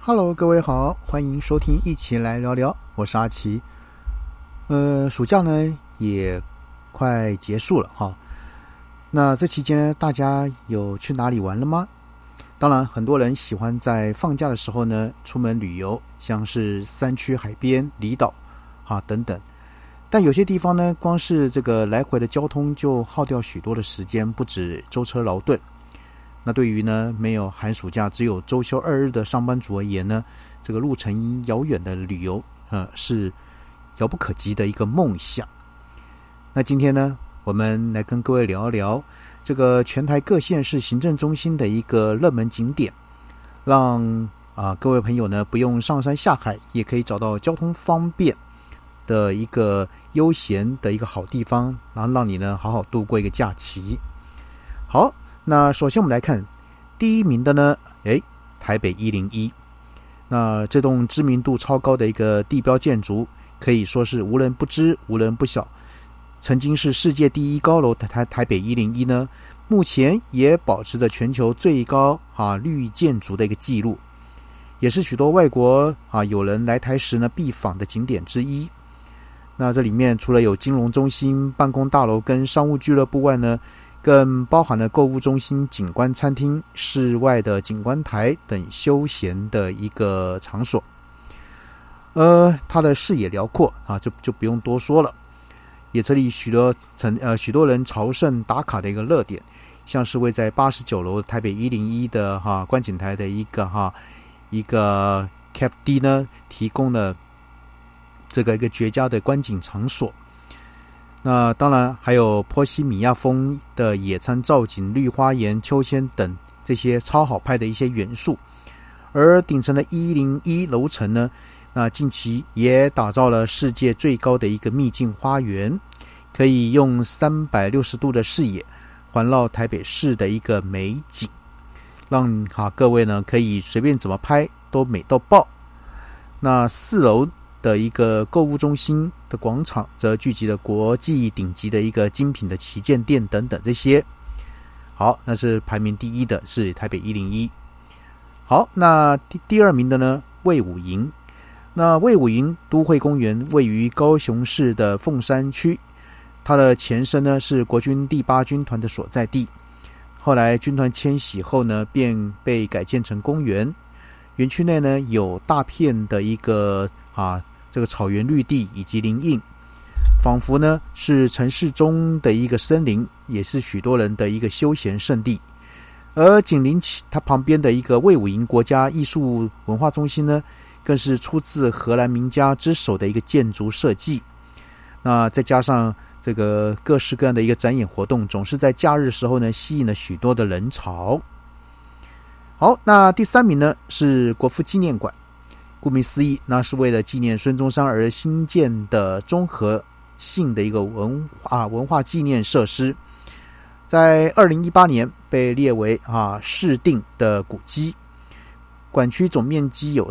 Hello， 各位好，欢迎收听一起来聊聊，我是阿奇。暑假呢也快结束了哈。那这期间呢，大家有去哪里玩了吗？当然，很多人喜欢在放假的时候呢出门旅游，像是山区、海边、离岛等等。但有些地方呢，光是这个来回的交通就耗掉许多的时间，不止舟车劳顿。那对于呢没有寒暑假只有周休2日的上班族而言呢，这个路程遥远的旅游是遥不可及的一个梦想。那今天呢，我们来跟各位聊一聊这个全台各县市行政中心的一个热门景点，让各位朋友呢不用上山下海，也可以找到交通方便的一个悠闲的一个好地方，然后让你呢好好度过一个假期。好，那首先我们来看第一名的呢，台北101。那这栋知名度超高的一个地标建筑，可以说是无人不知，无人不晓。曾经是世界第一高楼台北101呢，目前也保持着全球最高绿建筑的一个记录，也是许多外国友人来台时呢必访的景点之一。那这里面除了有金融中心、办公大楼跟商务俱乐部外呢，更包含了购物中心、景观餐厅、室外的景观台等休闲的一个场所。它的视野辽阔就不用多说了，也成立许多人朝圣打卡的一个热点，像是位在89楼台北101的观景台的一个 Cap D 呢，提供了这个一个绝佳的观景场所。那当然还有波西米亚风的野餐造景、绿花岩、秋千等这些超好拍的一些元素。而顶层的101楼层呢，那近期也打造了世界最高的一个秘境花园，可以用360度的视野环绕台北市的一个美景，让各位呢可以随便怎么拍都美到爆。那4楼的一个购物中心的广场则聚集了国际顶级的一个精品的旗舰店等等这些。好，那是排名第一的是台北101。好，那第二名的呢，卫武营。那卫武营都会公园位于高雄市的凤山区，它的前身呢是国军第8军团的所在地，后来军团迁徙后呢便被改建成公园。园区内呢有大片的一个这个草原绿地以及林荫，仿佛呢是城市中的一个森林，也是许多人的一个休闲胜地。而紧邻它旁边的一个卫武营国家艺术文化中心呢，更是出自荷兰名家之手的一个建筑设计。那再加上这个各式各样的一个展演活动，总是在假日时候呢吸引了许多的人潮。好，那第3名呢是国父纪念馆。顾名思义，那是为了纪念孙中山而新建的综合性的一个文化纪念设施，在2018年被列为市定的古迹。馆区总面积有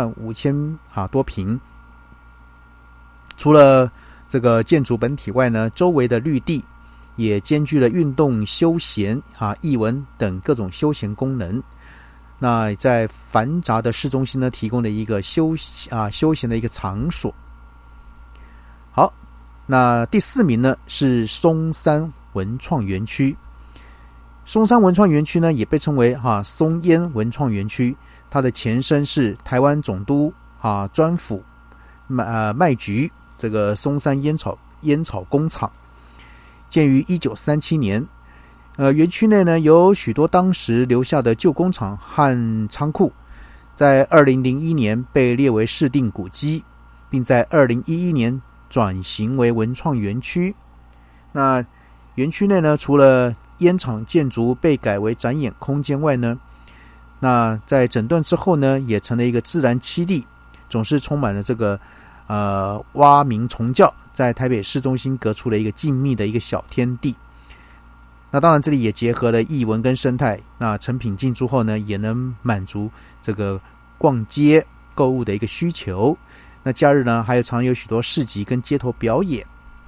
35000多平。除了这个建筑本体外呢，周围的绿地也兼具了运动、休闲、艺文等各种休闲功能。那在繁杂的市中心呢，提供了一个休闲的一个场所。好，那第4名呢是松山文创园区。松山文创园区呢也被称为松烟文创园区，它的前身是台湾总督专府麦局这个松山烟草工厂，建于1937年。园区内呢有许多当时留下的旧工厂和仓库，在2001年被列为市定古迹，并在2011年转型为文创园区。那园区内呢，除了烟厂建筑被改为展演空间外呢，那在整顿之后呢，也成了一个自然栖地，总是充满了这个蛙鸣虫叫，在台北市中心隔出了一个静谧的一个小天地。那当然这里也结合了艺文跟生态，那成品进驻后呢，也能满足这个逛街购物的一个需求。那假日呢，还常有许多市集跟街头表演。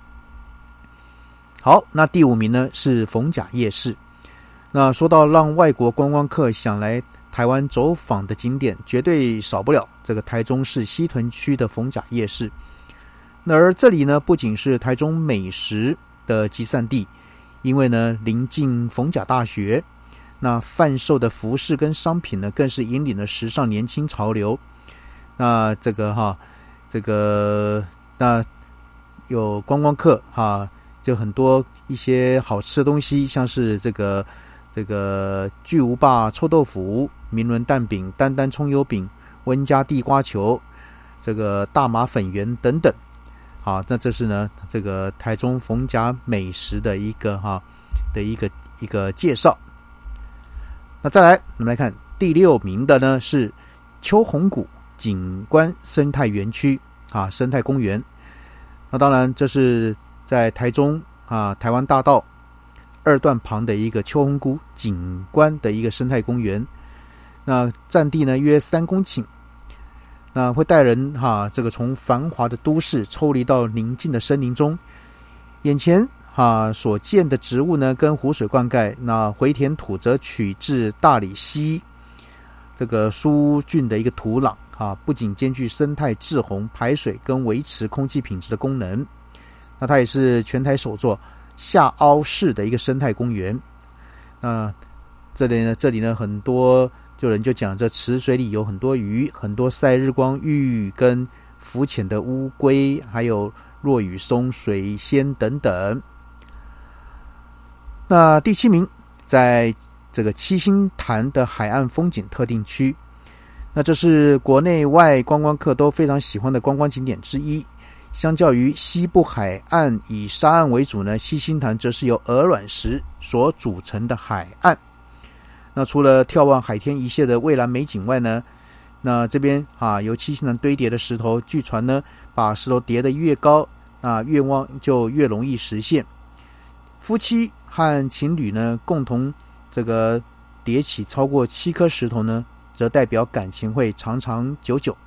好，那第5名呢是逢甲夜市。那说到让外国观光客想来台湾走访的景点，绝对少不了这个台中市西屯区的逢甲夜市。那而这里呢，不仅是台中美食的集散地，因为呢临近逢甲大学，那贩售的服饰跟商品呢，更是引领了时尚年轻潮流。那那有观光客就很多一些好吃的东西，像是这个巨无霸臭豆腐、明伦蛋饼、丹丹葱油饼、温家地瓜球、这个大马粉圆等等。好，那这是呢这个台中逢甲美食的一个介绍。那再来我们来看第6名的呢是秋红谷景观生态园区生态公园。那当然这是在台中台湾大道2段旁的一个秋红谷景观的一个生态公园。那占地呢约3公顷，那会带人这个从繁华的都市抽离到宁静的森林中，眼前所见的植物呢跟湖水灌溉，那回填土则取自大理溪这个疏浚的一个土壤不仅兼具生态滞洪、排水跟维持空气品质的功能。那它也是全台首座下凹式的一个生态公园。那这里呢很多人就讲，这池水里有很多鱼，很多晒日光浴跟浮潜的乌龟，还有落羽松、水仙等等。那第7名，在这个七星潭的海岸风景特定区。那这是国内外观光客都非常喜欢的观光景点之一。相较于西部海岸以沙岸为主呢，七星潭则是由鹅卵石所组成的海岸。那除了眺望海天一泻的蔚蓝美景外呢，那这边由七星潭堆叠的石头，据传呢，把石头叠得越高，那愿望就越容易实现。夫妻和情侣呢，共同这个叠起超过7颗石头呢，则代表感情会长长久久。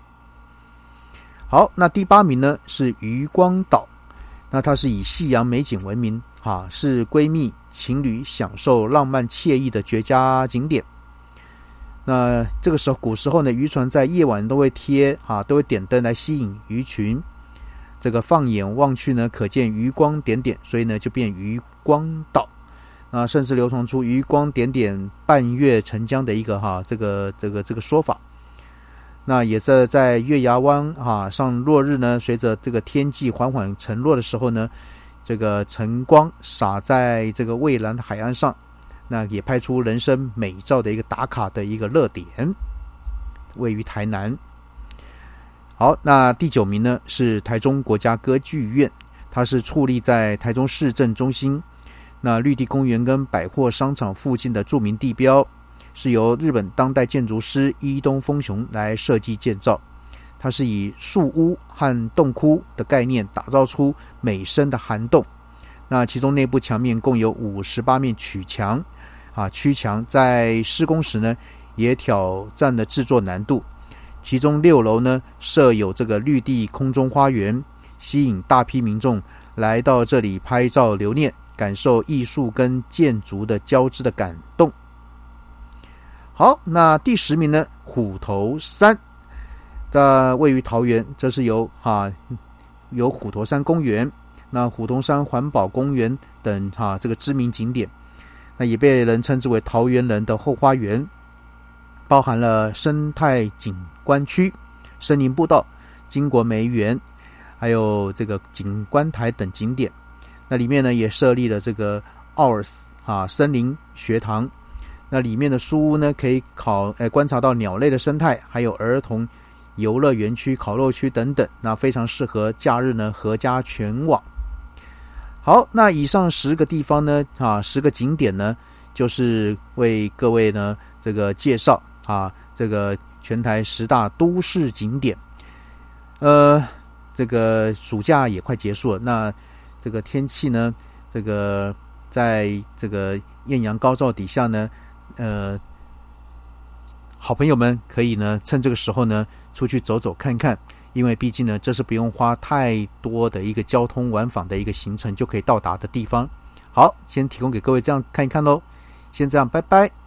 好，那第8名呢是渔光岛。那它是以夕阳美景闻名是闺蜜情侣享受浪漫惬意的绝佳景点。那这个时候古时候呢，渔船在夜晚都会点灯来吸引鱼群，这个放眼望去呢，可见渔光点点，所以呢就变渔光岛。那甚至流传出渔光点点半月沉江的一个这个说法。那也是在月牙湾上落日呢，随着这个天际缓缓沉落的时候呢，这个晨光洒在这个蔚蓝的海岸上，那也拍出人生美照的一个打卡的一个热点，位于台南。好，那第9名呢是台中国家歌剧院，它是矗立在台中市政中心，那绿地公园跟百货商场附近的著名地标，是由日本当代建筑师伊东丰雄来设计建造。它是以树屋和洞窟的概念打造出美深的涵洞。那其中内部墙面共有58面曲墙曲墙在施工时呢，也挑战了制作难度。其中6楼呢设有这个绿地空中花园，吸引大批民众来到这里拍照留念，感受艺术跟建筑的交织的感动。好，那第10名呢，虎头山，位于桃园，这是有虎头山公园、那虎头山环保公园等这个知名景点，那也被人称之为桃园人的后花园，包含了生态景观区、森林步道、金国梅园，还有这个景观台等景点。那里面呢也设立了这个奥尔斯森林学堂。那里面的书屋呢，可以观察到鸟类的生态，还有儿童游乐园区、烤肉区等等，那非常适合假日呢合家全网。好，那以上10个地方呢10个景点呢，就是为各位呢这个介绍这个全台10大都市景点。这个暑假也快结束了，那这个天气呢，这个在这个艳阳高照底下呢，好朋友们可以呢趁这个时候呢出去走走看看，因为毕竟呢这是不用花太多的一个交通往返的一个行程就可以到达的地方。好，先提供给各位这样看一看咯，先这样，拜拜。